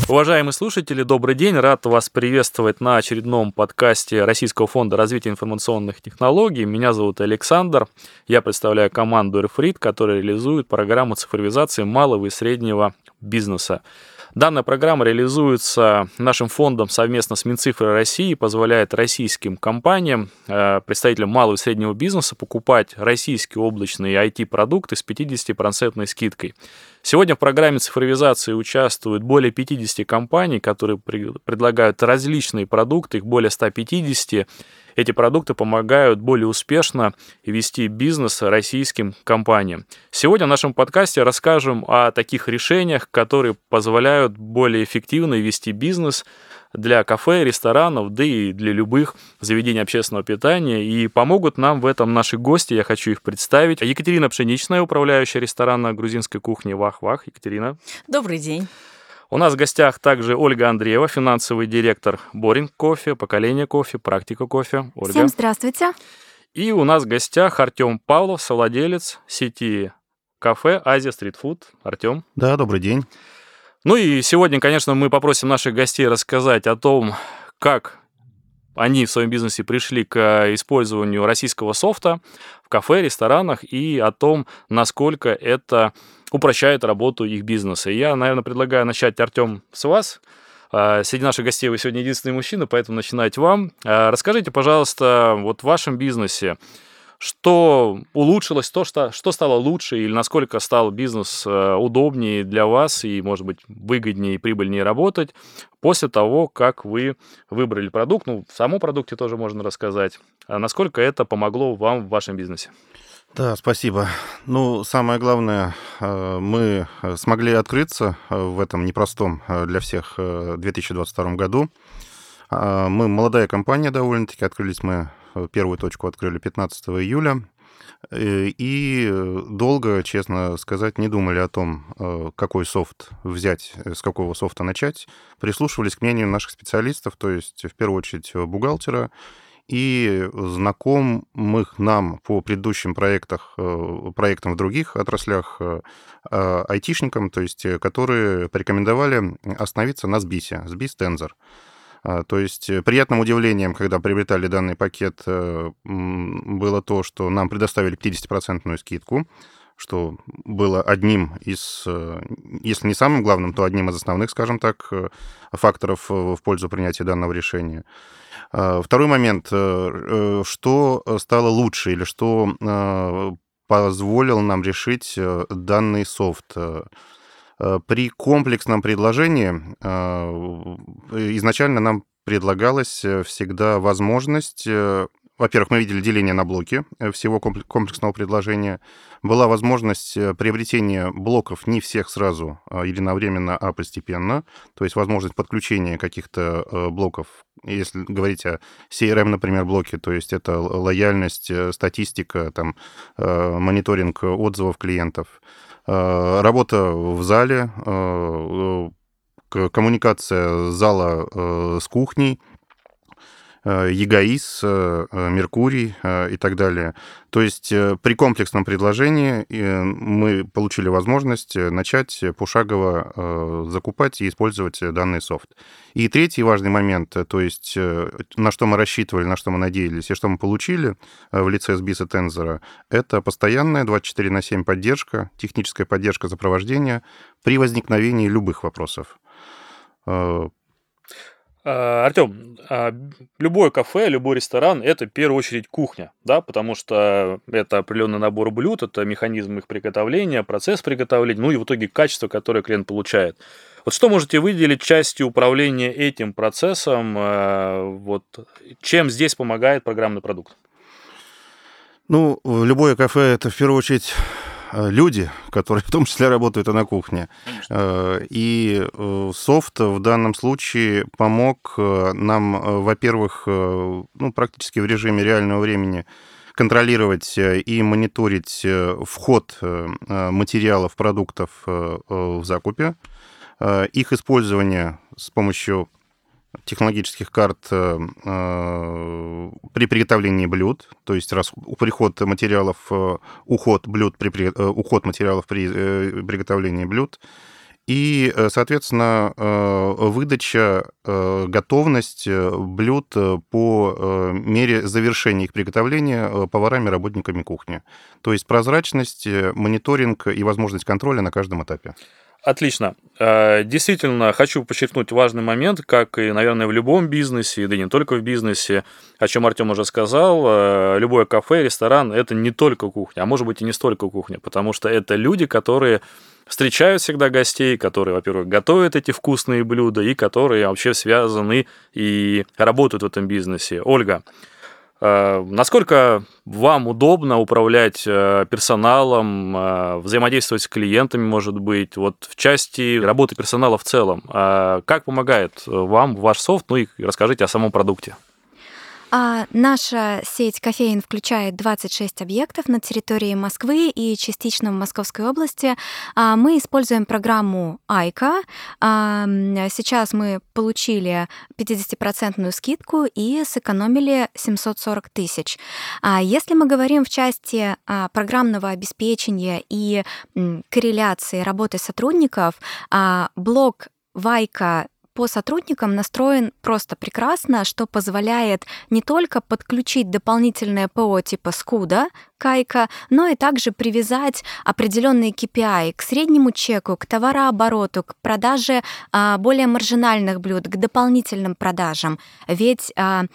Уважаемые слушатели, добрый день. Рад вас приветствовать на очередном подкасте Российского фонда развития информационных технологий. Меня зовут Александр. Я представляю команду RFRIT, которая реализует программу цифровизации малого и среднего бизнеса. Данная программа реализуется нашим фондом совместно с Минцифрой России и позволяет российским компаниям, представителям малого и среднего бизнеса, покупать российские облачные IT-продукты с 50% скидкой. Сегодня в программе цифровизации участвуют более 50 компаний, которые предлагают различные продукты, их более 150. Эти продукты помогают более успешно вести бизнес российским компаниям. Сегодня в нашем подкасте расскажем о таких решениях, которые позволяют более эффективно вести бизнес для кафе, ресторанов, да и для любых заведений общественного питания. И помогут нам в этом наши гости, я хочу их представить. Екатерина Пшеничная, управляющая ресторана грузинской кухни «Вах-Вах». Екатерина. Добрый день. У нас в гостях также Ольга Андреева, финансовый директор Boring Coffee, Поколение кофе, Практика кофе. Ольга. Всем здравствуйте. И у нас в гостях Артем Павлов, совладелец сети кафе «Азия Стритфуд». Артем. Да, добрый день. Ну и сегодня, конечно, мы попросим наших гостей рассказать о том, как они в своем бизнесе пришли к использованию российского софта в кафе, ресторанах и о том, насколько это упрощает работу их бизнеса. И я, наверное, предлагаю начать, Артем, с вас. Среди наших гостей вы сегодня единственный мужчина, поэтому начинать вам. Расскажите, пожалуйста, вот в вашем бизнесе, что улучшилось, что стало лучше или насколько стал бизнес удобнее для вас и, может быть, выгоднее и прибыльнее работать после того, как вы выбрали продукт. Ну, в самом продукте тоже можно рассказать. А насколько это помогло вам в вашем бизнесе? Да, спасибо. Ну, самое главное, мы смогли открыться в этом непростом для всех 2022 году. Мы молодая компания довольно-таки, открылись мы, первую точку открыли 15 июля. И долго, честно сказать, не думали о том, какой софт взять, с какого софта начать. Прислушивались к мнению наших специалистов, то есть в первую очередь бухгалтера, и знакомых нам по предыдущим проектам в других отраслях, айтишникам, то есть которые порекомендовали остановиться на сбисе, сбис Тензор. То есть приятным удивлением, когда приобретали данный пакет, было то, что нам предоставили 50% скидку, что было одним из, если не самым главным, то одним из основных, скажем так, факторов в пользу принятия данного решения. Второй момент, что стало лучше или что позволил нам решить данный софт. При комплексном предложении изначально нам предлагалась всегда возможность, во-первых, мы видели деление на блоки всего комплексного предложения, была возможность приобретения блоков не всех сразу единовременно, а постепенно, то есть возможность подключения каких-то блоков, если говорить о CRM, например, блоке, то есть это лояльность, статистика, там, мониторинг отзывов клиентов, работа в зале, коммуникация зала с кухней, ЕГАИС, Меркурий и так далее. То есть при комплексном предложении мы получили возможность начать пошагово закупать и использовать данный софт. И третий важный момент, то есть на что мы рассчитывали, на что мы надеялись и что мы получили в лице сбиса Тензора, это постоянная 24/7 поддержка, техническая поддержка сопровождения при возникновении любых вопросов. Артем, любое кафе, любой ресторан – это в первую очередь кухня, да, потому что это определенный набор блюд, это механизм их приготовления, процесс приготовления, ну и в итоге качество, которое клиент получает. Вот что можете выделить частью управления этим процессом, вот, чем здесь помогает программный продукт? Ну, любое кафе – это в первую очередь люди, которые в том числе работают и на кухне. И софт в данном случае помог нам, во-первых, практически в режиме реального времени контролировать и мониторить вход материалов, продуктов в закупе, их использование с помощью технологических карт при приготовлении блюд, то есть приход материалов, уход материалов при приготовлении блюд, И, соответственно, выдача, готовность блюд по мере завершения их приготовления поварами, работниками кухни. То есть прозрачность, мониторинг и возможность контроля на каждом этапе. Отлично. Действительно, хочу подчеркнуть важный момент, как и, наверное, в любом бизнесе, да и не только в бизнесе, о чем Артем уже сказал, любое кафе, ресторан – это не только кухня, а может быть и не столько кухня, потому что это люди, которые встречают всегда гостей, которые, во-первых, готовят эти вкусные блюда и которые вообще связаны и работают в этом бизнесе. Ольга, насколько вам удобно управлять персоналом, взаимодействовать с клиентами, может быть, вот в части работы персонала в целом? Как помогает вам ваш софт? Ну и расскажите о самом продукте. Наша сеть кофеен включает 26 объектов на территории Москвы и частично в Московской области. Мы используем программу Айка. Сейчас мы получили 50% скидку и сэкономили 740 тысяч. Если мы говорим в части программного обеспечения и корреляции работы сотрудников, блок Вайка по сотрудникам настроен просто прекрасно, что позволяет не только подключить дополнительное ПО типа Скуда, Кайка, но и также привязать определенные KPI к среднему чеку, к товарообороту, к продаже более маржинальных блюд, к дополнительным продажам. Ведь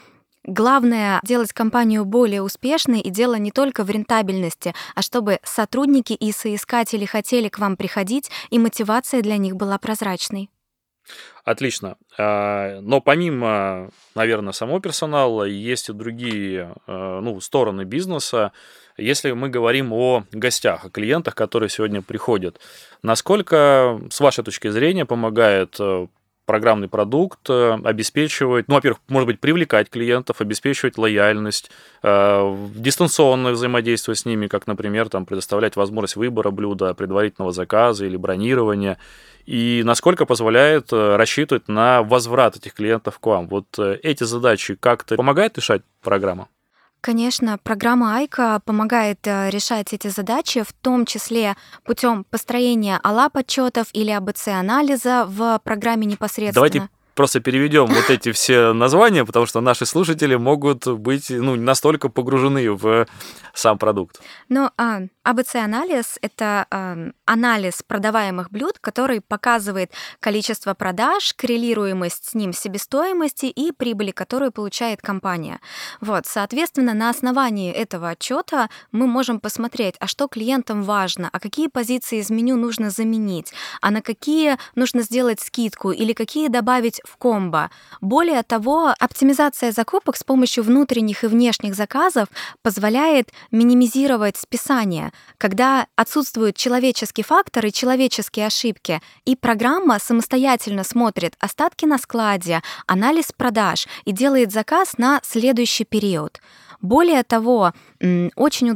главное делать компанию более успешной, и дело не только в рентабельности, а чтобы сотрудники и соискатели хотели к вам приходить, и мотивация для них была прозрачной. Отлично. Но помимо, наверное, самого персонала, есть и другие стороны бизнеса. Если мы говорим о гостях, о клиентах, которые сегодня приходят, насколько, с вашей точки зрения, помогает программный продукт обеспечивать, во-первых, может быть, привлекать клиентов, обеспечивать лояльность, дистанционное взаимодействие с ними, как, например, предоставлять возможность выбора блюда, предварительного заказа или бронирования, и насколько позволяет рассчитывать на возврат этих клиентов к вам. Вот эти задачи как-то помогает решать программа? Конечно, программа Айка помогает решать эти задачи, в том числе путем построения АЛАП-отчетов или АБЦ-анализа в программе непосредственно. Давайте просто переведем вот эти все названия, потому что наши слушатели могут быть не настолько погружены в сам продукт. Но АБЦ-анализ — это анализ продаваемых блюд, который показывает количество продаж, коррелируемость с ним себестоимости и прибыли, которую получает компания. Вот, соответственно, на основании этого отчета мы можем посмотреть, а что клиентам важно, а какие позиции из меню нужно заменить, а на какие нужно сделать скидку или какие добавить в комбо. Более того, оптимизация закупок с помощью внутренних и внешних заказов позволяет минимизировать списание, когда отсутствует человеческий фактор и человеческие ошибки, и программа самостоятельно смотрит остатки на складе, анализ продаж и делает заказ на следующий период. Более того, очень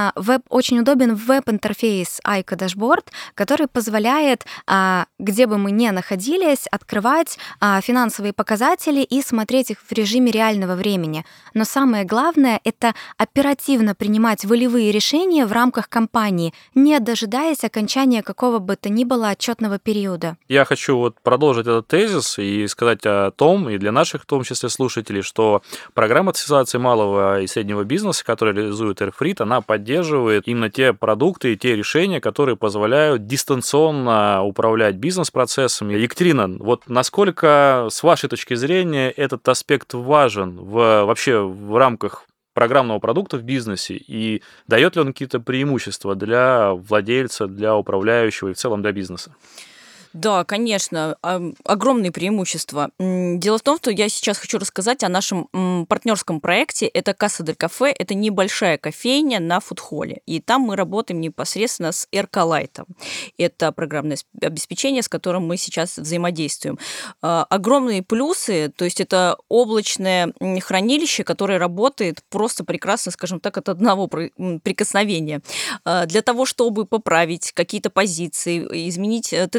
удобен веб-интерфейс Айка Dashboard, который позволяет, где бы мы ни находились, открывать финансовые показатели и смотреть их в режиме реального времени. Но самое главное — это оперативно принимать волевые решения в рамках компании, не дожидаясь окончания какого бы то ни было отчетного периода. Я хочу продолжить этот тезис и сказать о том, и для наших, в том числе, слушателей, что программа цифровизации малого и среднего бизнеса, которая реализует Airfrit, она поддерживает именно те продукты и те решения, которые позволяют дистанционно управлять бизнес-процессами. Екатерина, вот насколько, с вашей точки зрения, этот аспект важен вообще в рамках программного продукта в бизнесе, и дает ли он какие-то преимущества для владельца, для управляющего и в целом для бизнеса? Да, конечно, огромные преимущества. Дело в том, что я сейчас хочу рассказать о нашем партнерском проекте. Это Casa del Café, это небольшая кофейня на фудхолле. И там мы работаем непосредственно с Эрколайтом. Это программное обеспечение, с которым мы сейчас взаимодействуем. Огромные плюсы, то есть это облачное хранилище, которое работает просто прекрасно, скажем так, от одного прикосновения. Для того, чтобы поправить какие-то позиции, изменить ТТК,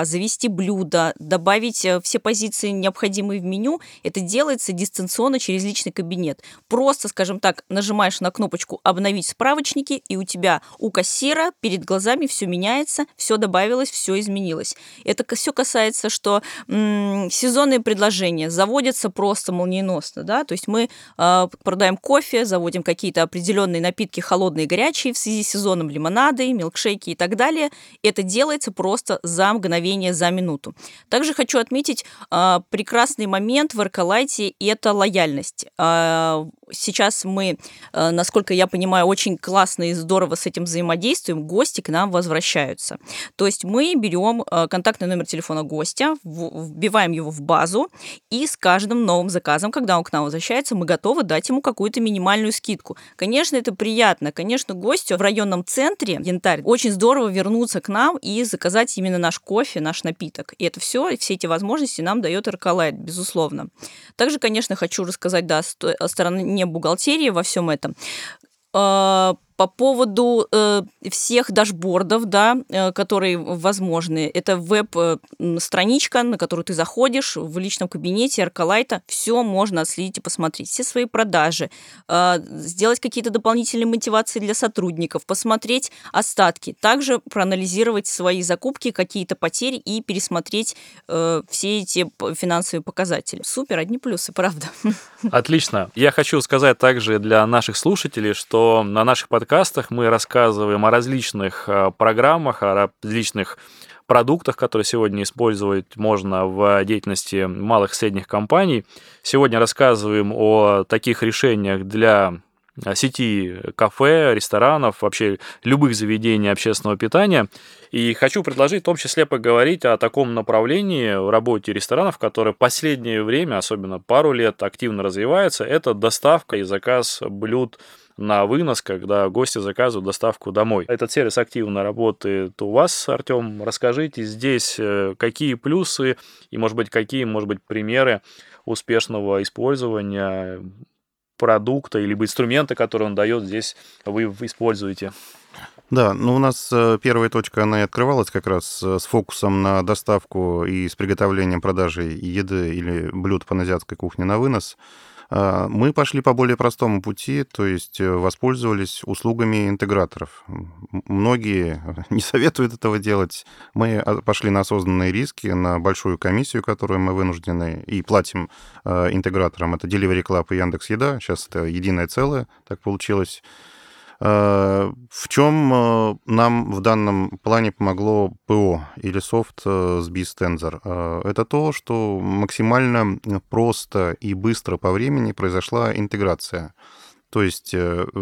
заказ, завести блюдо, добавить все позиции, необходимые в меню, это делается дистанционно через личный кабинет. Просто, скажем так, нажимаешь на кнопочку «Обновить справочники», и у тебя у кассира перед глазами все меняется, все добавилось, все изменилось. Это все касается, что сезонные предложения заводятся просто молниеносно, да, то есть мы продаем кофе, заводим какие-то определенные напитки холодные и горячие в связи с сезоном, лимонады, милкшейки и так далее. Это делается просто за мгновение, за минуту. Также хочу отметить прекрасный момент в Аркалайте – это лояльность. Сейчас мы, насколько я понимаю, очень классно и здорово с этим взаимодействуем, гости к нам возвращаются. То есть мы берем контактный номер телефона гостя, вбиваем его в базу, и с каждым новым заказом, когда он к нам возвращается, мы готовы дать ему какую-то минимальную скидку. Конечно, это приятно. Конечно, гостю в районном центре Янтарь очень здорово вернуться к нам и заказать именно наш кофе, наш напиток. И это все эти возможности нам дает Аркалайт, безусловно. Также, конечно, хочу рассказать, да, о стороне бухгалтерии во всем этом. По поводу всех дашбордов, да, которые возможны, это веб-страничка, на которую ты заходишь в личном кабинете Аркалайта, все можно отследить и посмотреть, все свои продажи, сделать какие-то дополнительные мотивации для сотрудников, посмотреть остатки, также проанализировать свои закупки, какие-то потери и пересмотреть все эти финансовые показатели. Супер, одни плюсы, правда. Отлично. Я хочу сказать также для наших слушателей, что на наших подкастах мы рассказываем о различных программах, о различных продуктах, которые сегодня использовать можно в деятельности малых и средних компаний. Сегодня рассказываем о таких решениях для сети кафе, ресторанов, вообще любых заведений общественного питания. И хочу предложить в том числе поговорить о таком направлении в работе ресторанов, которое в последнее время, особенно пару лет, активно развивается. Это доставка и заказ блюд на вынос, когда гости заказывают доставку домой. Этот сервис активно работает у вас, Артем. Расскажите здесь, какие плюсы и, может быть, примеры успешного использования продукта или инструмента, который он дает, здесь вы используете? Да, ну у нас первая точка, она и открывалась как раз с фокусом на доставку и с приготовлением продажи еды или блюд по азиатской кухне на вынос. Мы пошли по более простому пути, то есть воспользовались услугами интеграторов. Многие не советуют этого делать. Мы пошли на осознанные риски, на большую комиссию, которую мы вынуждены и платим интеграторам. Это Delivery Club и Яндекс.Еда. Сейчас это единое целое, так получилось. В чем нам в данном плане помогло ПО или софт Sbiz Tensor? Это то, что максимально просто и быстро по времени произошла интеграция. То есть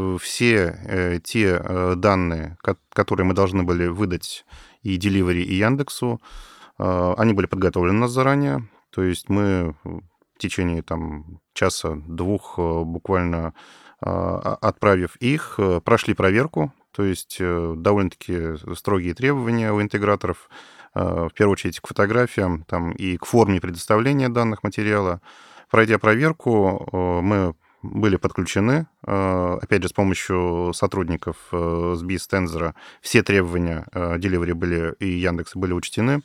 все те данные, которые мы должны были выдать и Delivery, и Яндексу, они были подготовлены у нас заранее. То есть мы в течение часа-двух буквально отправив их, прошли проверку, то есть довольно-таки строгие требования у интеграторов, в первую очередь к фотографиям и к форме предоставления данных материала. Пройдя проверку, мы были подключены, опять же, с помощью сотрудников Sbiz Tensor, все требования Delivery были и Яндекса были учтены.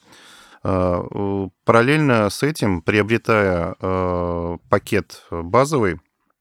Параллельно с этим, приобретая пакет базовый,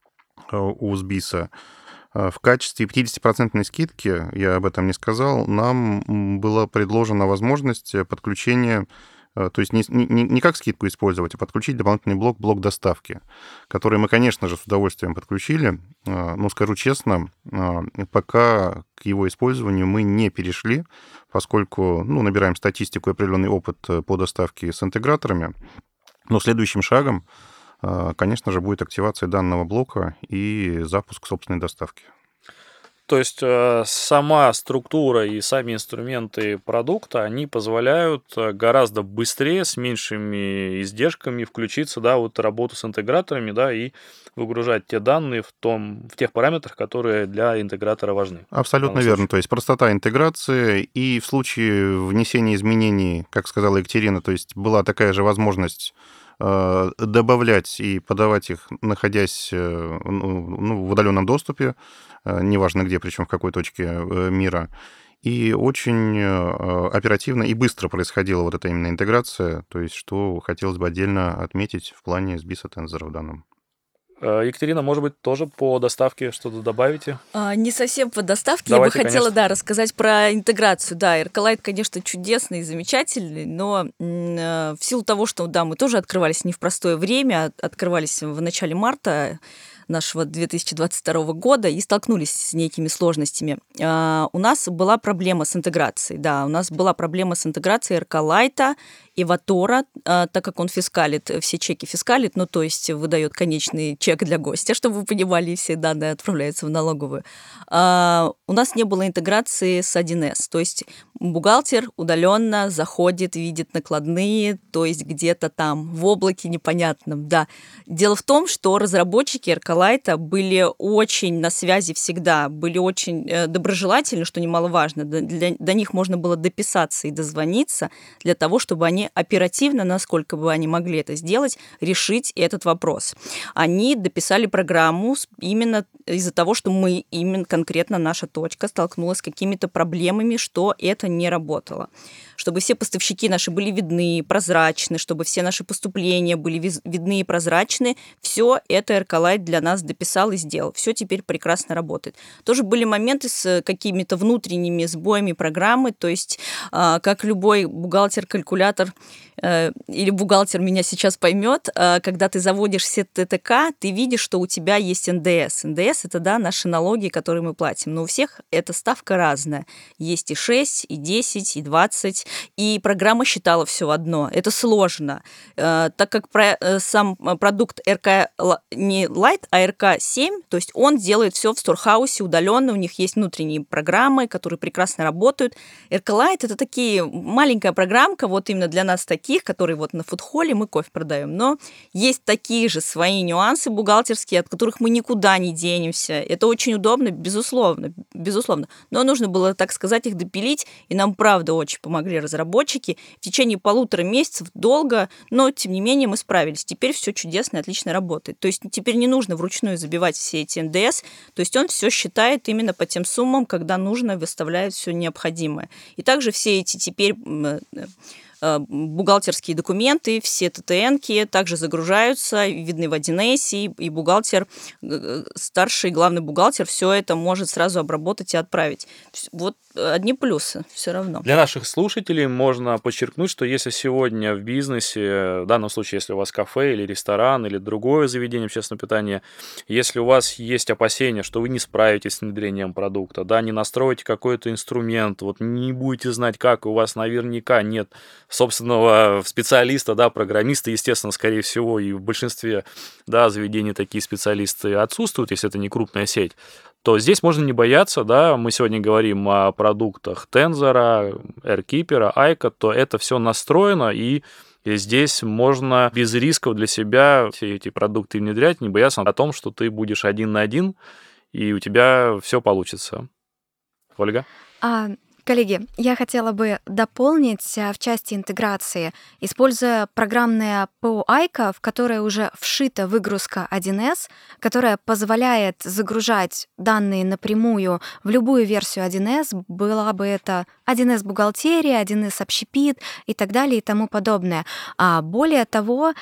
у Sbiz, в качестве 50% скидки, я об этом не сказал, нам была предложена возможность подключения, то есть не как скидку использовать, а подключить дополнительный блок доставки, который мы, конечно же, с удовольствием подключили. Но скажу честно, пока к его использованию мы не перешли, поскольку набираем статистику и определенный опыт по доставке с интеграторами. Но следующим шагом, конечно же, будет активация данного блока и запуск собственной доставки. То есть сама структура и сами инструменты продукта, они позволяют гораздо быстрее, с меньшими издержками включиться, в работу с интеграторами, и выгружать те данные в тех параметрах, которые для интегратора важны. Абсолютно верно. То есть простота интеграции, и в случае внесения изменений, как сказала Екатерина, то есть была такая же возможность добавлять и подавать их, находясь в удаленном доступе, неважно где, причем в какой точке мира. И очень оперативно и быстро происходила вот эта именно интеграция, то есть что хотелось бы отдельно отметить в плане сбиса тензора в данном. Екатерина, может быть, тоже по доставке что-то добавите? Не совсем по доставке. Давайте, Я бы хотела, конечно. рассказать про интеграцию. Да, RK-Lite, конечно, чудесный и замечательный, но в силу того, что, да, мы тоже открывались не в простое время, открывались в начале марта нашего 2022 года и столкнулись с некими сложностями. У нас была проблема с интеграцией. Да, у нас была проблема с интеграцией RK-Lite, Эватора, так как он фискалит, все чеки фискалит, ну, то есть выдает конечный чек для гостя, чтобы вы понимали, и все данные отправляются в налоговую. У нас не было интеграции с 1С, то есть бухгалтер удаленно заходит, видит накладные, то есть где-то там в облаке непонятном, да. Дело в том, что разработчики RK-Lite были очень на связи всегда, были очень доброжелательны, что немаловажно. До них можно было дописаться и дозвониться для того, чтобы они оперативно, насколько бы они могли это сделать, решить этот вопрос. Они дописали программу именно из-за того, что мы, именно конкретно наша точка, столкнулась с какими-то проблемами, что это не работало. Чтобы все поставщики наши были видны, прозрачны, чтобы все наши поступления были видны и прозрачны, все это RK-Lite для нас дописал и сделал. Все теперь прекрасно работает. Тоже были моменты с какими-то внутренними сбоями программы, то есть как любой бухгалтер-калькулятор или бухгалтер меня сейчас поймет, когда ты заводишь сет ТТК, ты видишь, что у тебя есть НДС. НДС – это, да, наши налоги, которые мы платим. Но у всех эта ставка разная. Есть и 6, и 10, и 20. И программа считала все одно. Это сложно. Так как сам продукт RK не Lite, а RK7, то есть он делает все в Storehouse удаленно, у них есть внутренние программы, которые прекрасно работают. RK-Lite – это такие маленькая программка, вот именно для нас таких, которые вот на фудхолле мы кофе продаем. Но есть такие же свои нюансы бухгалтерские, от которых мы никуда не денемся. Это очень удобно, безусловно. Но нужно было, так сказать, их допилить, и нам, правда, очень помогли разработчики. В течение 1,5 месяцев долго, но, тем не менее, мы справились. Теперь все чудесно и отлично работает. То есть теперь не нужно вручную забивать все эти НДС, то есть он все считает именно по тем суммам, когда нужно, выставляет все необходимое. И также все эти теперь бухгалтерские документы, все ТТНки также загружаются, видны в 1С, и бухгалтер, старший главный бухгалтер, все это может сразу обработать и отправить. Вот одни плюсы все равно. Для наших слушателей можно подчеркнуть, что если сегодня в бизнесе, в данном случае, если у вас кафе или ресторан, или другое заведение общественного питания, если у вас есть опасения, что вы не справитесь с внедрением продукта, да, не настроите какой-то инструмент, вот не будете знать, как, у вас наверняка нет собственного специалиста, да, программиста, естественно, скорее всего, и в большинстве, да, заведений такие специалисты отсутствуют, если это не крупная сеть, то здесь можно не бояться, да, мы сегодня говорим о продуктах Tensor, AirKeeper, Айка, то это все настроено, и здесь можно без рисков для себя все эти продукты внедрять, не бояться о том, что ты будешь один на один, и у тебя все получится. Ольга? Коллеги, я хотела бы дополнить в части интеграции, используя программное ПО Айка, в которое уже вшита выгрузка 1С, которая позволяет загружать данные напрямую в любую версию 1С, была бы это 1С бухгалтерия, 1С общепит и так далее и тому подобное. Более того,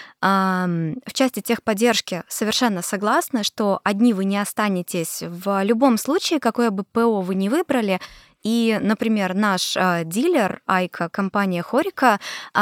в части техподдержки совершенно согласна, что одни вы не останетесь в любом случае, какое бы ПО вы ни выбрали. И, например, наш дилер Айка, компания Хорика,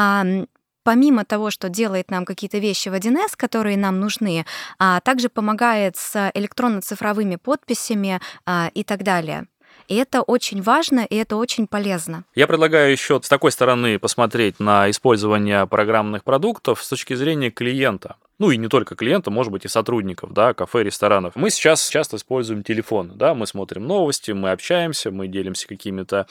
помимо того, что делает нам какие-то вещи в 1С, которые нам нужны, также помогает с электронно-цифровыми подписями и так далее. И это очень важно, и это очень полезно. Я предлагаю еще с такой стороны посмотреть на использование программных продуктов с точки зрения клиента. Ну и не только клиента, может быть, и сотрудников, да, кафе, ресторанов. Мы сейчас часто используем телефон, да, мы смотрим новости, мы общаемся, мы делимся какими-то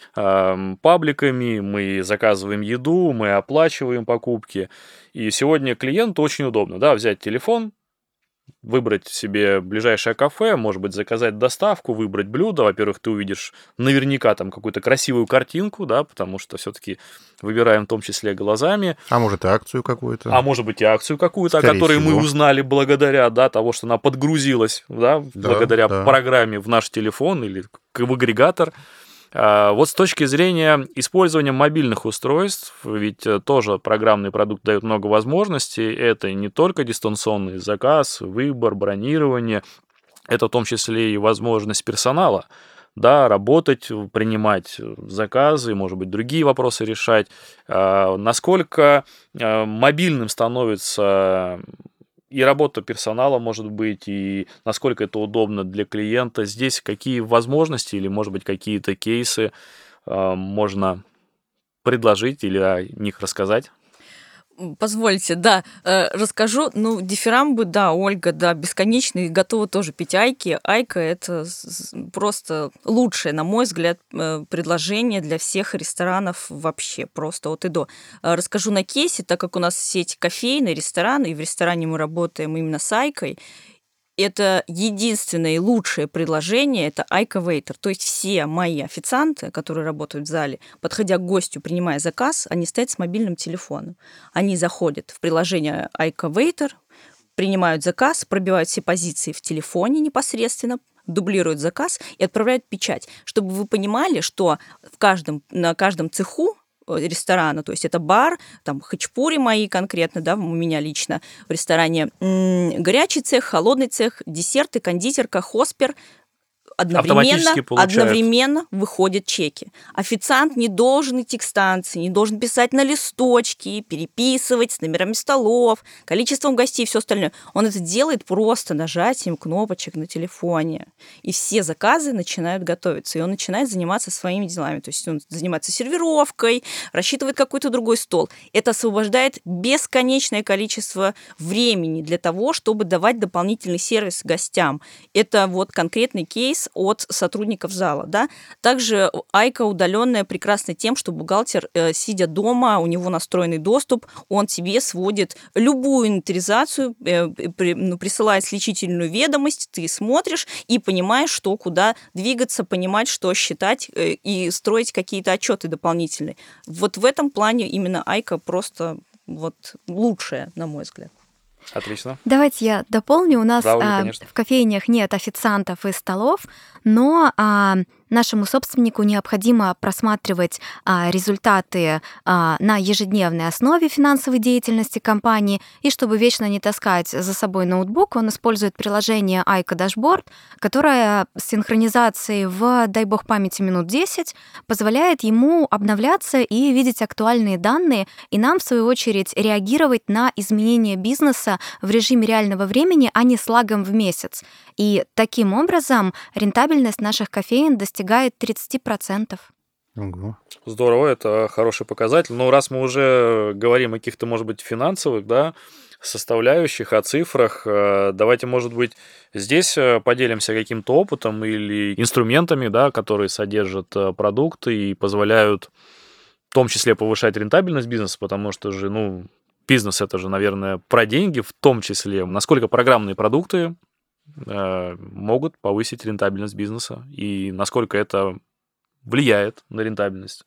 пабликами, мы заказываем еду, мы оплачиваем покупки. И сегодня клиенту очень удобно, да, взять телефон, выбрать себе ближайшее кафе, может быть, заказать доставку, выбрать блюдо. Во-первых, ты увидишь наверняка там какую-то красивую картинку, да, потому что все-таки выбираем в том числе глазами. А может, и акцию какую-то. А может быть, и акцию какую-то, скорее о которой всего. мы узнали благодаря, да, того, что она подгрузилась, да, благодаря программе в наш телефон или в агрегатор. Вот с точки зрения использования мобильных устройств, ведь тоже программный продукт дает много возможностей. Это не только дистанционный заказ, выбор, бронирование, это в том числе и возможность персонала, да, работать, принимать заказы, может быть, другие вопросы решать. Насколько мобильным становится и работа персонала, может быть, и насколько это удобно для клиента. Здесь какие возможности или, может быть, какие-то кейсы можно предложить или о них рассказать? Позвольте, да, расскажу. Ну, дифирамбы, да, Ольга, да, бесконечные, готова тоже пить айки. Айка – это просто лучшее, на мой взгляд, предложение для всех ресторанов вообще, просто от и до. Расскажу на кейсе, так как у нас сеть кофейной, рестораны, и в ресторане мы работаем именно с айкой. Это единственное и лучшее предложение, это Айка Вейтер. То есть все мои официанты, которые работают в зале, подходя к гостю, принимая заказ, они стоят с мобильным телефоном. Они заходят в приложение Айка Вейтер, принимают заказ, пробивают все позиции в телефоне непосредственно, дублируют заказ и отправляют печать. Чтобы вы понимали, что на каждом цеху ресторана, то есть это бар, там хачапури мои конкретно, да, у меня лично в ресторане, горячий цех, холодный цех, десерты, кондитерка, хоспер, одновременно выходят чеки. Официант не должен идти к станции, не должен писать на листочки, переписывать с номерами столов, количеством гостей и все остальное. Он это делает просто нажатием кнопочек на телефоне. И все заказы начинают готовиться, и он начинает заниматься своими делами. То есть он занимается сервировкой, рассчитывает какой-то другой стол. Это освобождает бесконечное количество времени для того, чтобы давать дополнительный сервис гостям. Это вот конкретный кейс от сотрудников зала, да. Также Айка удаленная прекрасна тем, что бухгалтер, сидя дома, у него настроенный доступ, он тебе сводит любую инвентаризацию, присылает сличительную ведомость, ты смотришь и понимаешь, что куда двигаться, понимать, что считать и строить какие-то отчеты дополнительные. Вот в этом плане именно Айка просто вот лучшая, на мой взгляд. Отлично. Давайте я дополню. У нас в кофейнях нет официантов и столов, но нашему собственнику необходимо просматривать результаты на ежедневной основе финансовой деятельности компании, и чтобы вечно не таскать за собой ноутбук, он использует приложение Айка Дашборд, которое с синхронизацией в, дай бог памяти, минут 10 позволяет ему обновляться и видеть актуальные данные, и нам, в свою очередь, реагировать на изменения бизнеса в режиме реального времени, а не с лагом в месяц. И таким образом рентабельность наших кофеен достигает 30%. Ого. Здорово, это хороший показатель. Но раз мы уже говорим о каких-то, может быть, финансовых, да, составляющих, о цифрах, давайте, может быть, здесь поделимся каким-то опытом или инструментами, да, которые содержат продукты и позволяют в том числе повышать рентабельность бизнеса, потому что же, бизнес — это же, наверное, про деньги в том числе. Насколько программные продукты могут повысить рентабельность бизнеса и насколько это влияет на рентабельность,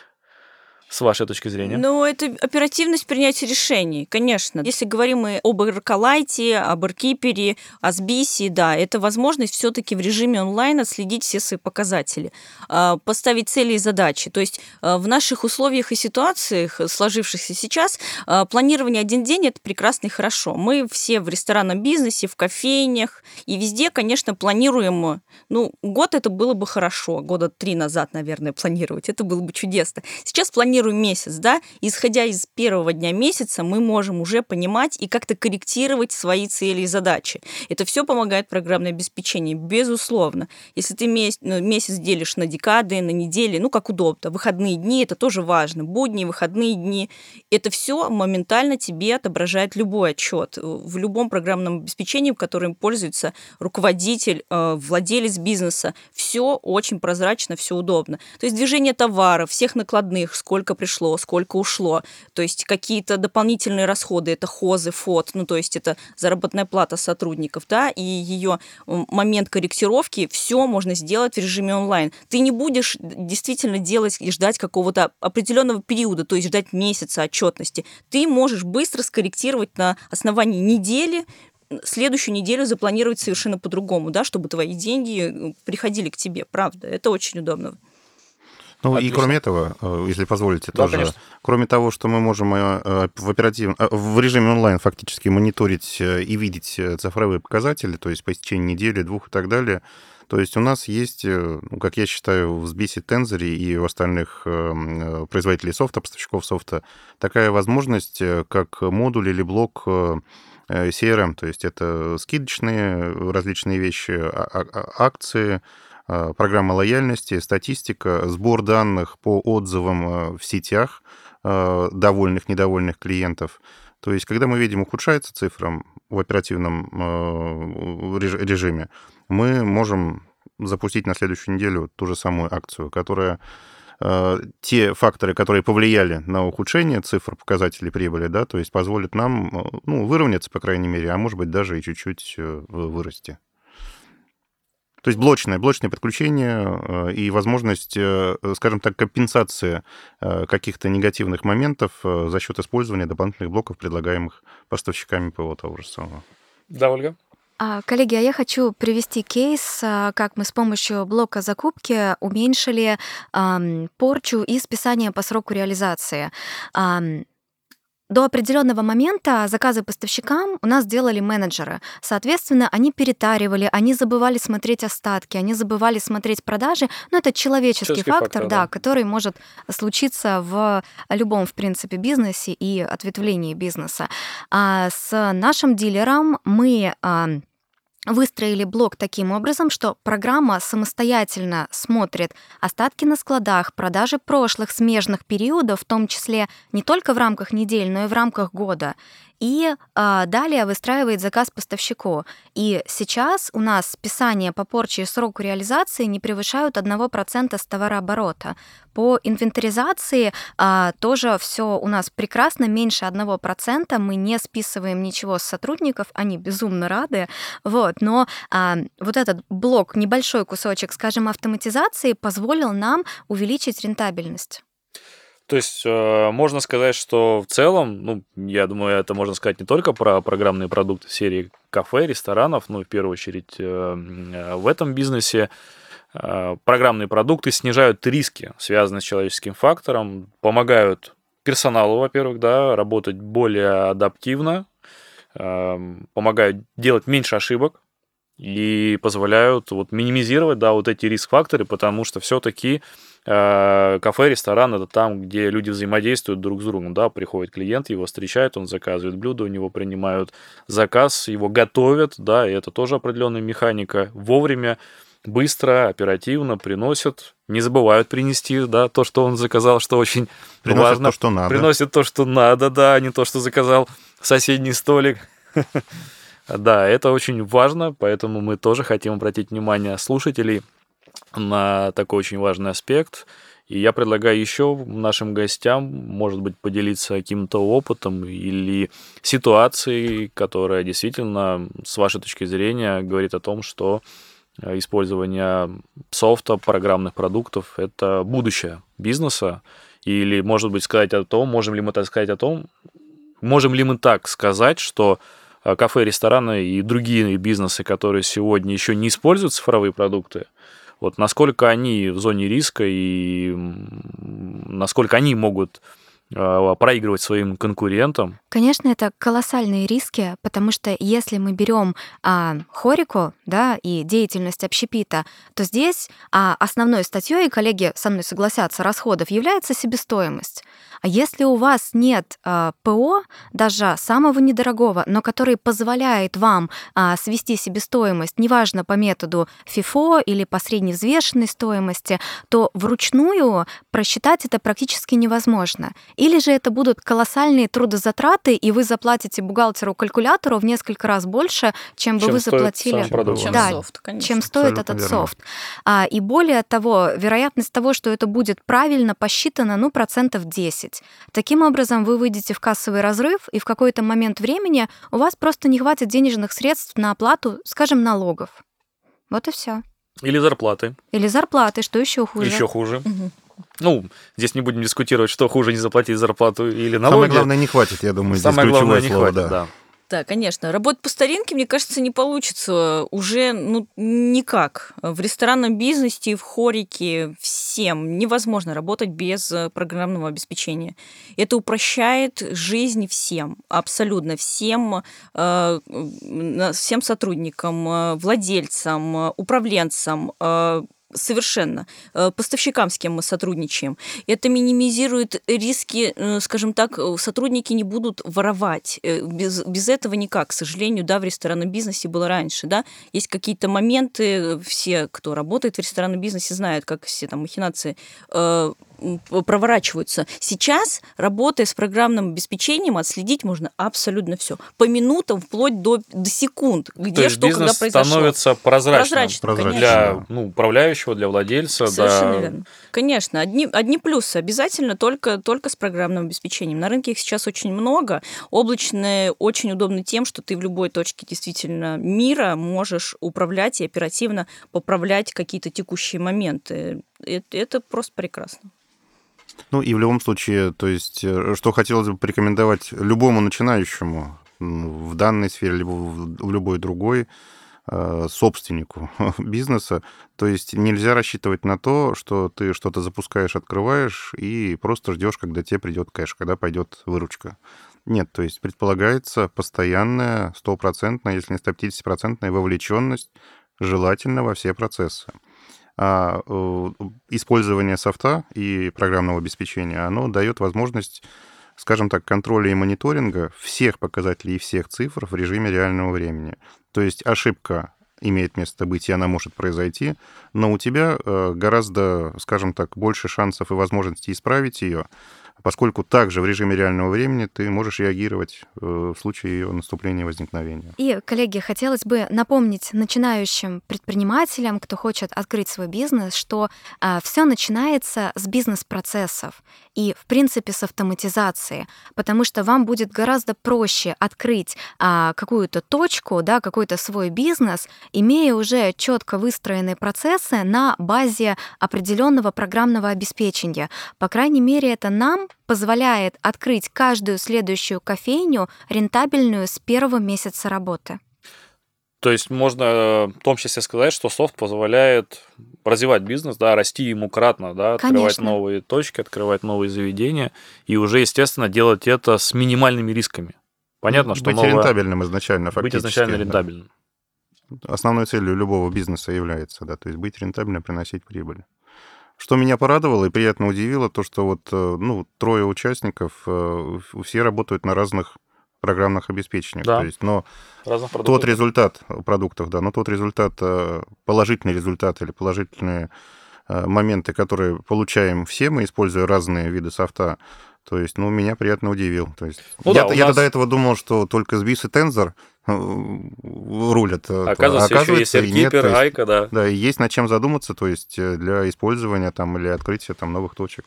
с вашей точки зрения? Это оперативность принятия решений, конечно. Если говорим мы об Аркалайте, об Аркипере, о Сбисе, да, это возможность все-таки в режиме онлайн отследить все свои показатели, поставить цели и задачи. То есть в наших условиях и ситуациях, сложившихся сейчас, планирование один день – это прекрасно и хорошо. Мы все в ресторанном бизнесе, в кофейнях и везде, конечно, планируем, год это было бы хорошо, года 3 назад, наверное, планировать, это было бы чудесно. Сейчас планируем месяц, да, исходя из первого дня месяца мы можем уже понимать и как-то корректировать свои цели и задачи. Это все помогает программное обеспечение, безусловно. Если ты месяц делишь на декады, на недели, как удобно, выходные дни, это тоже важно, будни, выходные дни, это все моментально тебе отображает любой отчет в любом программном обеспечении, которым пользуется руководитель, владелец бизнеса, все очень прозрачно, все удобно. То есть движение товаров, всех накладных, сколько пришло, сколько ушло, то есть какие-то дополнительные расходы, это хозы, ФОД, то есть это заработная плата сотрудников, да, и ее момент корректировки, все можно сделать в режиме онлайн. Ты не будешь действительно делать и ждать какого-то определенного периода, то есть ждать месяца отчетности. Ты можешь быстро скорректировать на основании недели, следующую неделю запланировать совершенно по-другому, да, чтобы твои деньги приходили к тебе, правда, это очень удобно. Ну Отлично. и кроме этого, если позволите, Да, тоже, конечно. кроме того, что мы можем в режиме онлайн фактически мониторить и видеть цифровые показатели, то есть по истечении недели, 2 и так далее, то есть у нас есть, как я считаю, в Sbase, Tensor и у остальных производителей софта, поставщиков софта, такая возможность, как модуль или блок CRM, то есть это скидочные различные вещи, акции, программа лояльности, статистика, сбор данных по отзывам в сетях довольных, недовольных клиентов. То есть, когда мы видим, ухудшается цифра в оперативном режиме, мы можем запустить на следующую неделю ту же самую акцию, которая те факторы, которые повлияли на ухудшение цифр показателей прибыли, да, то есть позволит нам выровняться, по крайней мере, а может быть даже и чуть-чуть вырасти. То есть блочное подключение и возможность, скажем так, компенсации каких-то негативных моментов за счет использования дополнительных блоков, предлагаемых поставщиками ПО того же самого. Да, Ольга? Коллеги, а я хочу привести кейс, как мы с помощью блока закупки уменьшили порчу и списание по сроку реализации. До определенного момента заказы поставщикам у нас делали менеджеры. Соответственно, они перетаривали, они забывали смотреть остатки, они забывали смотреть продажи. Но это человеческий фактор, да, который может случиться в любом, в принципе, бизнесе и ответвлении бизнеса. С нашим дилером мы выстроили блок таким образом, что программа самостоятельно смотрит остатки на складах, продажи прошлых смежных периодов, в том числе не только в рамках недель, но и в рамках года. И далее выстраивает заказ поставщику. И сейчас у нас списания по порче и сроку реализации не превышают 1% с товарооборота. По инвентаризации тоже все у нас прекрасно, меньше 1%. Мы не списываем ничего с сотрудников, они безумно рады. Но вот этот блок, небольшой кусочек, скажем, автоматизации позволил нам увеличить рентабельность. То есть можно сказать, что в целом, я думаю, это можно сказать не только про программные продукты в серии кафе, ресторанов, но в первую очередь в этом бизнесе. Программные продукты снижают риски, связанные с человеческим фактором, помогают персоналу, во-первых, да, работать более адаптивно, помогают делать меньше ошибок и позволяют минимизировать, эти риск-факторы, потому что все-таки кафе, ресторан — это там, где люди взаимодействуют друг с другом, да, приходит клиент, его встречают, он заказывает блюдо, у него принимают заказ, его готовят, да, и это тоже определенная механика, вовремя, быстро, оперативно приносят, не забывают принести, да, то, что он заказал, что очень важно. То, что надо. Приносят то, что надо, да, а не то, что заказал соседний столик. Да, это очень важно, поэтому мы тоже хотим обратить внимание слушателей на такой очень важный аспект. И я предлагаю еще нашим гостям, может быть, поделиться каким-то опытом или ситуацией, которая действительно, с вашей точки зрения, говорит о том, что использование софта, программных продуктов — это будущее бизнеса. Или, может быть, можем ли мы так сказать, что кафе, рестораны и другие бизнесы, которые сегодня еще не используют цифровые продукты, насколько они в зоне риска и насколько они могут проигрывать своим конкурентам? Конечно, это колоссальные риски, потому что если мы берем хорику, да, и деятельность общепита, то здесь основной статьей, коллеги со мной согласятся, расходов является себестоимость. А если у вас нет ПО, даже самого недорогого, но который позволяет вам свести себестоимость, неважно по методу FIFO или по средневзвешенной стоимости, то вручную просчитать это практически невозможно. Или же это будут колоссальные трудозатраты, и вы заплатите бухгалтеру-калькулятору в несколько раз больше, чем бы вы заплатили. Чем стоит этот софт. И более того, вероятность того, что это будет правильно посчитано, 10%. Таким образом, вы выйдете в кассовый разрыв, и в какой-то момент времени у вас просто не хватит денежных средств на оплату, скажем, налогов. Вот и все. Или зарплаты. Что еще хуже. Еще хуже. Угу. Здесь не будем дискутировать, что хуже, не заплатить зарплату или налоги. Самое главное, не хватит, я думаю, здесь ключевое слово. Да. Да, конечно. Работать по старинке, мне кажется, не получится уже никак. В ресторанном бизнесе, в хорике всем невозможно работать без программного обеспечения. Это упрощает жизнь всем, абсолютно всем, всем сотрудникам, владельцам, управленцам, совершенно. Поставщикам, с кем мы сотрудничаем. Это минимизирует риски, скажем так, сотрудники не будут воровать. Без этого никак, к сожалению, да, в ресторанном бизнесе было раньше, да. Есть какие-то моменты, все, кто работает в ресторанном бизнесе, знают, как все там махинации проворачиваются. Сейчас, работая с программным обеспечением, отследить можно абсолютно все. По минутам, вплоть до секунд, где что, когда произошло. Становится прозрачным для управляющего, для владельца. Совершенно верно. Конечно, одни плюсы обязательно только с программным обеспечением. На рынке их сейчас очень много. Облачные очень удобны тем, что ты в любой точке действительно мира можешь управлять и оперативно поправлять какие-то текущие моменты. Это просто прекрасно. Ну и в любом случае, то есть, что хотелось бы порекомендовать любому начинающему в данной сфере, либо в любой другой собственнику бизнеса, то есть нельзя рассчитывать на то, что ты что-то запускаешь, открываешь и просто ждешь, когда тебе придет кэш, когда пойдет выручка. Нет, то есть предполагается постоянная, 100%, если не 150% вовлеченность, желательно во все процессы. А использование софта и программного обеспечения, оно дает возможность, скажем так, контроля и мониторинга всех показателей и всех цифр в режиме реального времени. То есть ошибка имеет место быть, и она может произойти, но у тебя гораздо, скажем так, больше шансов и возможностей исправить ее, поскольку также в режиме реального времени ты можешь реагировать в случае ее наступления и возникновения. И, коллеги, хотелось бы напомнить начинающим предпринимателям, кто хочет открыть свой бизнес, что все начинается с бизнес-процессов и, в принципе, с автоматизации, потому что вам будет гораздо проще открыть какую-то точку, да, какой-то свой бизнес, имея уже четко выстроенные процессы на базе определенного программного обеспечения. По крайней мере, это нам позволяет открыть каждую следующую кофейню рентабельную с первого месяца работы. То есть можно в том числе сказать, что софт позволяет развивать бизнес, да, расти ему кратно, да, открывать новые точки, открывать новые заведения и уже, естественно, делать это с минимальными рисками. Понятно, что быть рентабельным изначально, фактически. Быть изначально рентабельным. Основной целью любого бизнеса является, да, то есть быть рентабельным, приносить прибыль. Что меня порадовало и приятно удивило, то, что вот, трое участников, все работают на разных программных обеспечениях. Да. То есть, но тот результат продуктов, да, но тот результат, положительный результат или положительные моменты, которые получаем все мы, используя разные виды софта, то есть, меня приятно удивил. То есть, я до этого думал, что только SBIS и Tensor рулят. Оказывается, еще есть AirKeeper, Айка, да. Да, и есть над чем задуматься, то есть для использования там или открытия там новых точек.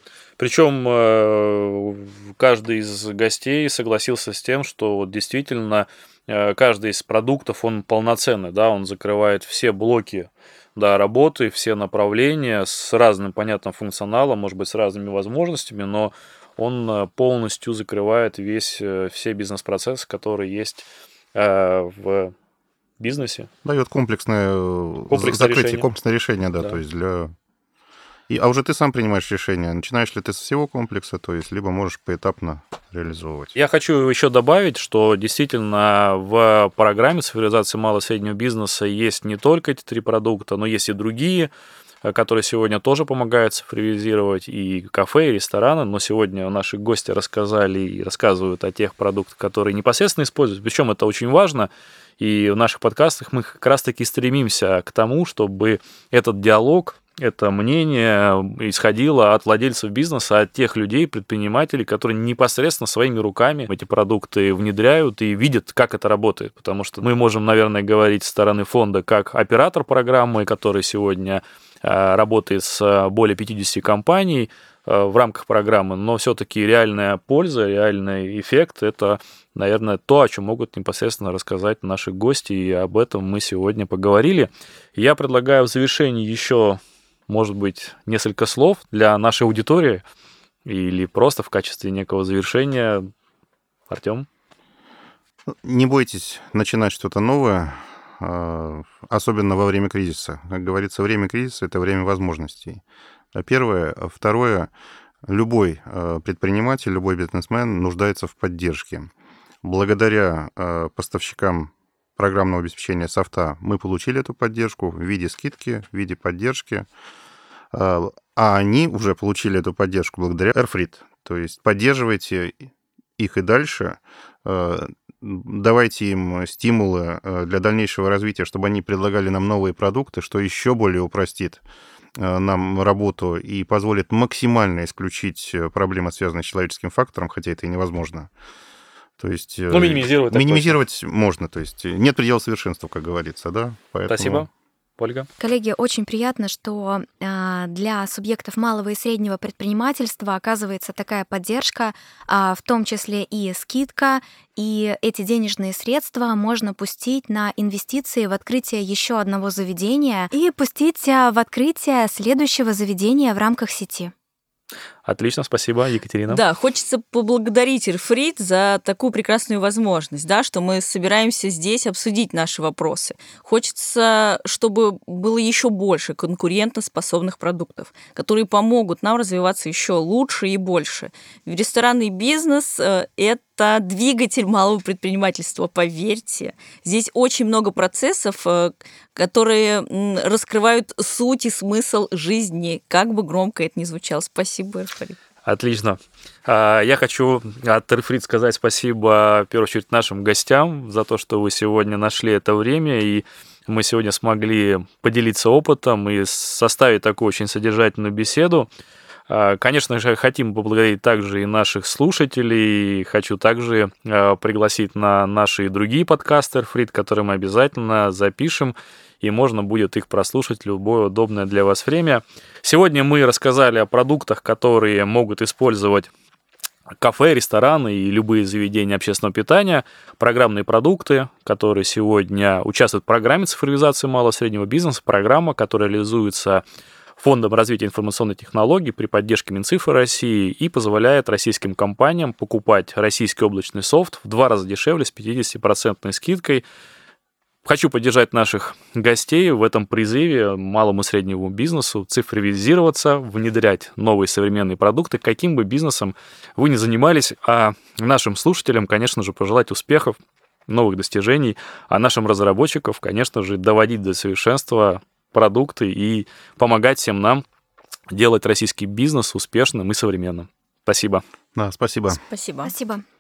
Причем каждый из гостей согласился с тем, что вот действительно каждый из продуктов, он полноценный, да, он закрывает все блоки, да, работы, все направления с разным понятным функционалом, может быть, с разными возможностями, но он полностью закрывает все бизнес-процессы, которые есть в бизнесе. Дает комплексное решение, да, то есть для... А уже ты сам принимаешь решение, начинаешь ли ты с всего комплекса, то есть либо можешь поэтапно реализовывать. Я хочу еще добавить, что действительно в программе цифровизации малого и среднего бизнеса есть не только эти 3 продукта, но есть и другие, которые сегодня тоже помогают цифровизировать и кафе, и рестораны, но сегодня наши гости рассказали и рассказывают о тех продуктах, которые непосредственно используют, причем это очень важно, и в наших подкастах мы как раз-таки стремимся к тому, чтобы этот диалог, это мнение исходило от владельцев бизнеса, от тех людей, предпринимателей, которые непосредственно своими руками эти продукты внедряют и видят, как это работает, потому что мы можем, наверное, говорить со стороны фонда как оператор программы, который сегодня работает с более 50 компаний в рамках программы, но все-таки реальная польза, реальный эффект – это, наверное, то, о чем могут непосредственно рассказать наши гости, и об этом мы сегодня поговорили. Я предлагаю в завершении еще, может быть, несколько слов для нашей аудитории или просто в качестве некого завершения. Артём? Не бойтесь начинать что-то новое, особенно во время кризиса. Как говорится, время кризиса – это время возможностей. Первое. Второе. Любой предприниматель, любой бизнесмен нуждается в поддержке. Благодаря поставщикам программного обеспечения софта мы получили эту поддержку в виде скидки, в виде поддержки, а они уже получили эту поддержку благодаря Airfrit. То есть поддерживайте их и дальше, давайте им стимулы для дальнейшего развития, чтобы они предлагали нам новые продукты, что еще более упростит нам работу и позволит максимально исключить проблемы, связанные с человеческим фактором, хотя это и невозможно. То есть минимизировать можно. То есть нет предела совершенства, как говорится, да? Поэтому... Спасибо. Ольга. Коллеги, очень приятно, что для субъектов малого и среднего предпринимательства оказывается такая поддержка, в том числе и скидка, и эти денежные средства можно пустить на инвестиции в открытие еще одного заведения и пустить в открытие следующего заведения в рамках сети. Отлично, спасибо, Екатерина. Да, хочется поблагодарить Airfrit за такую прекрасную возможность, да, что мы собираемся здесь обсудить наши вопросы. Хочется, чтобы было еще больше конкурентоспособных продуктов, которые помогут нам развиваться еще лучше и больше. Ресторанный бизнес – это двигатель малого предпринимательства, поверьте. Здесь очень много процессов, которые раскрывают суть и смысл жизни, как бы громко это ни звучало. Спасибо, Airfrit. Отлично. Я хочу от Airfrit сказать спасибо, в первую очередь, нашим гостям за то, что вы сегодня нашли это время, и мы сегодня смогли поделиться опытом и составить такую очень содержательную беседу. Конечно же, хотим поблагодарить также и наших слушателей. Хочу также пригласить на наши другие подкасты Airfrit, которые мы обязательно запишем, и можно будет их прослушать в любое удобное для вас время. Сегодня мы рассказали о продуктах, которые могут использовать кафе, рестораны и любые заведения общественного питания, программные продукты, которые сегодня участвуют в программе цифровизации малого и среднего бизнеса, программа, которая реализуется Фондом развития информационных технологий при поддержке Минцифры России и позволяет российским компаниям покупать российский облачный софт в 2 раза дешевле с 50% скидкой. Хочу поддержать наших гостей в этом призыве малому и среднему бизнесу цифровизироваться, внедрять новые современные продукты, каким бы бизнесом вы ни занимались. А нашим слушателям, конечно же, пожелать успехов, новых достижений, а нашим разработчикам, конечно же, доводить до совершенства продукты и помогать всем нам делать российский бизнес успешным и современным. Спасибо. Да, спасибо. Спасибо. Спасибо.